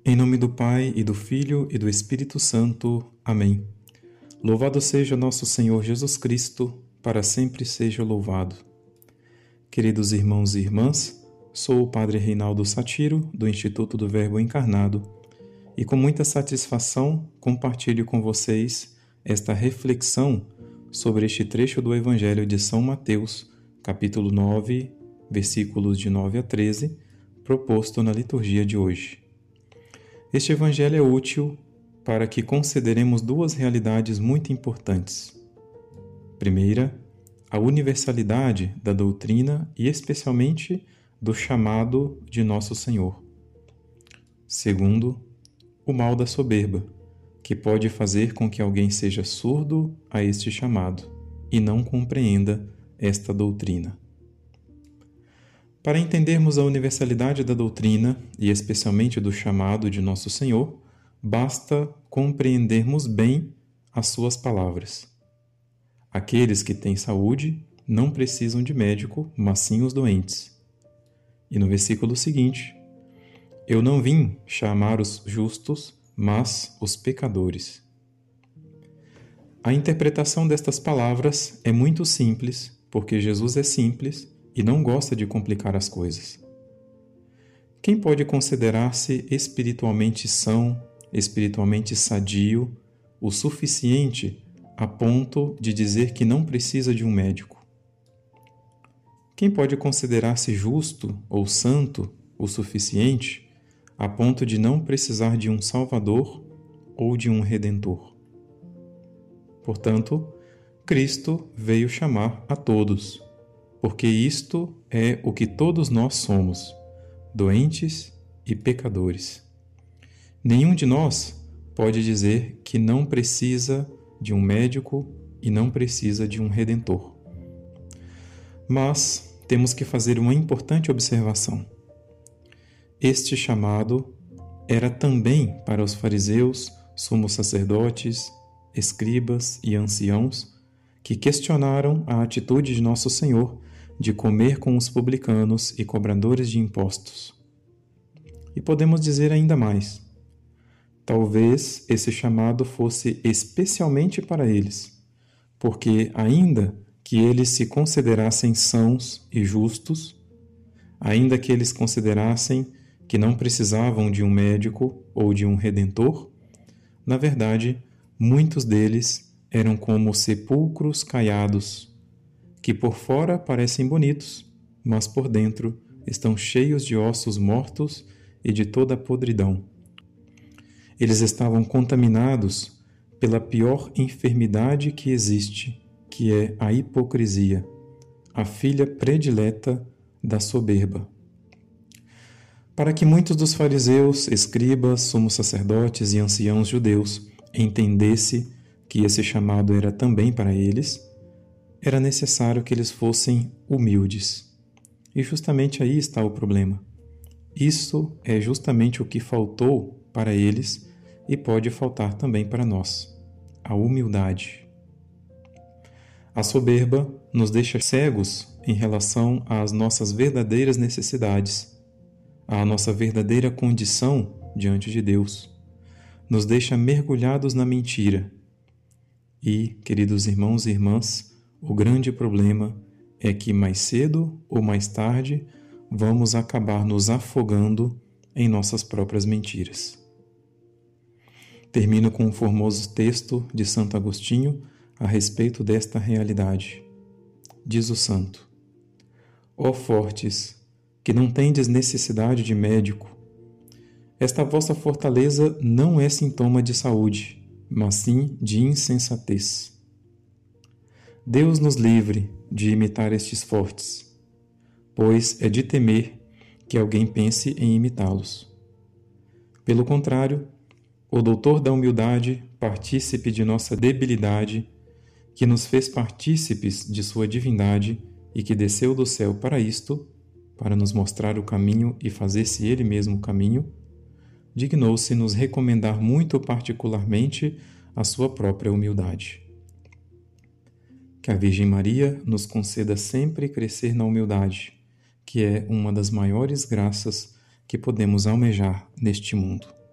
Em nome do Pai, e do Filho, e do Espírito Santo. Amém. Louvado seja nosso Senhor Jesus Cristo, para sempre seja louvado. Queridos irmãos e irmãs, sou o Padre Reinaldo Satiro, do Instituto do Verbo Encarnado, e com muita satisfação compartilho com vocês esta reflexão sobre este trecho do Evangelho de São Mateus, capítulo 9, versículos de 9 a 13, proposto na liturgia de hoje. Este Evangelho é útil para que consideremos duas realidades muito importantes. Primeira, a universalidade da doutrina e especialmente do chamado de Nosso Senhor. Segundo, o mal da soberba, que pode fazer com que alguém seja surdo a este chamado e não compreenda esta doutrina. Para entendermos a universalidade da doutrina e especialmente do chamado de Nosso Senhor, basta compreendermos bem as suas palavras. Aqueles que têm saúde não precisam de médico, mas sim os doentes. E no versículo seguinte, eu não vim chamar os justos, mas os pecadores. A interpretação destas palavras é muito simples, porque Jesus é simples e não gosta de complicar as coisas. Quem pode considerar-se espiritualmente são, espiritualmente sadio, o suficiente a ponto de dizer que não precisa de um médico? Quem pode considerar-se justo ou santo o suficiente a ponto de não precisar de um Salvador ou de um Redentor? Portanto, Cristo veio chamar a todos, porque isto é o que todos nós somos, doentes e pecadores. Nenhum de nós pode dizer que não precisa de um médico e não precisa de um Redentor. Mas temos que fazer uma importante observação. Este chamado era também para os fariseus, sumos sacerdotes, escribas e anciãos que questionaram a atitude de Nosso Senhor de comer com os publicanos e cobradores de impostos. E podemos dizer ainda mais. Talvez esse chamado fosse especialmente para eles, porque ainda que eles se considerassem sãos e justos, ainda que eles considerassem que não precisavam de um médico ou de um redentor, na verdade, muitos deles eram como sepulcros caiados, que por fora parecem bonitos, mas por dentro estão cheios de ossos mortos e de toda a podridão. Eles estavam contaminados pela pior enfermidade que existe, que é a hipocrisia, a filha predileta da soberba. Para que muitos dos fariseus, escribas, sumos sacerdotes e anciãos judeus entendessem que esse chamado era também para eles, era necessário que eles fossem humildes. E justamente aí está o problema. Isso é justamente o que faltou para eles e pode faltar também para nós: a humildade. A soberba nos deixa cegos em relação às nossas verdadeiras necessidades, à nossa verdadeira condição diante de Deus. Nos deixa mergulhados na mentira. E, queridos irmãos e irmãs, o grande problema é que mais cedo ou mais tarde vamos acabar nos afogando em nossas próprias mentiras. Termino com um formoso texto de Santo Agostinho a respeito desta realidade. Diz o santo: ó fortes, que não tendes necessidade de médico, esta vossa fortaleza não é sintoma de saúde, mas sim de insensatez. Deus nos livre de imitar estes fortes, pois é de temer que alguém pense em imitá-los. Pelo contrário, o doutor da humildade, partícipe de nossa debilidade, que nos fez partícipes de sua divindade e que desceu do céu para isto, para nos mostrar o caminho e fazer-se ele mesmo o caminho, dignou-se nos recomendar muito particularmente a sua própria humildade. Que a Virgem Maria nos conceda sempre crescer na humildade, que é uma das maiores graças que podemos almejar neste mundo.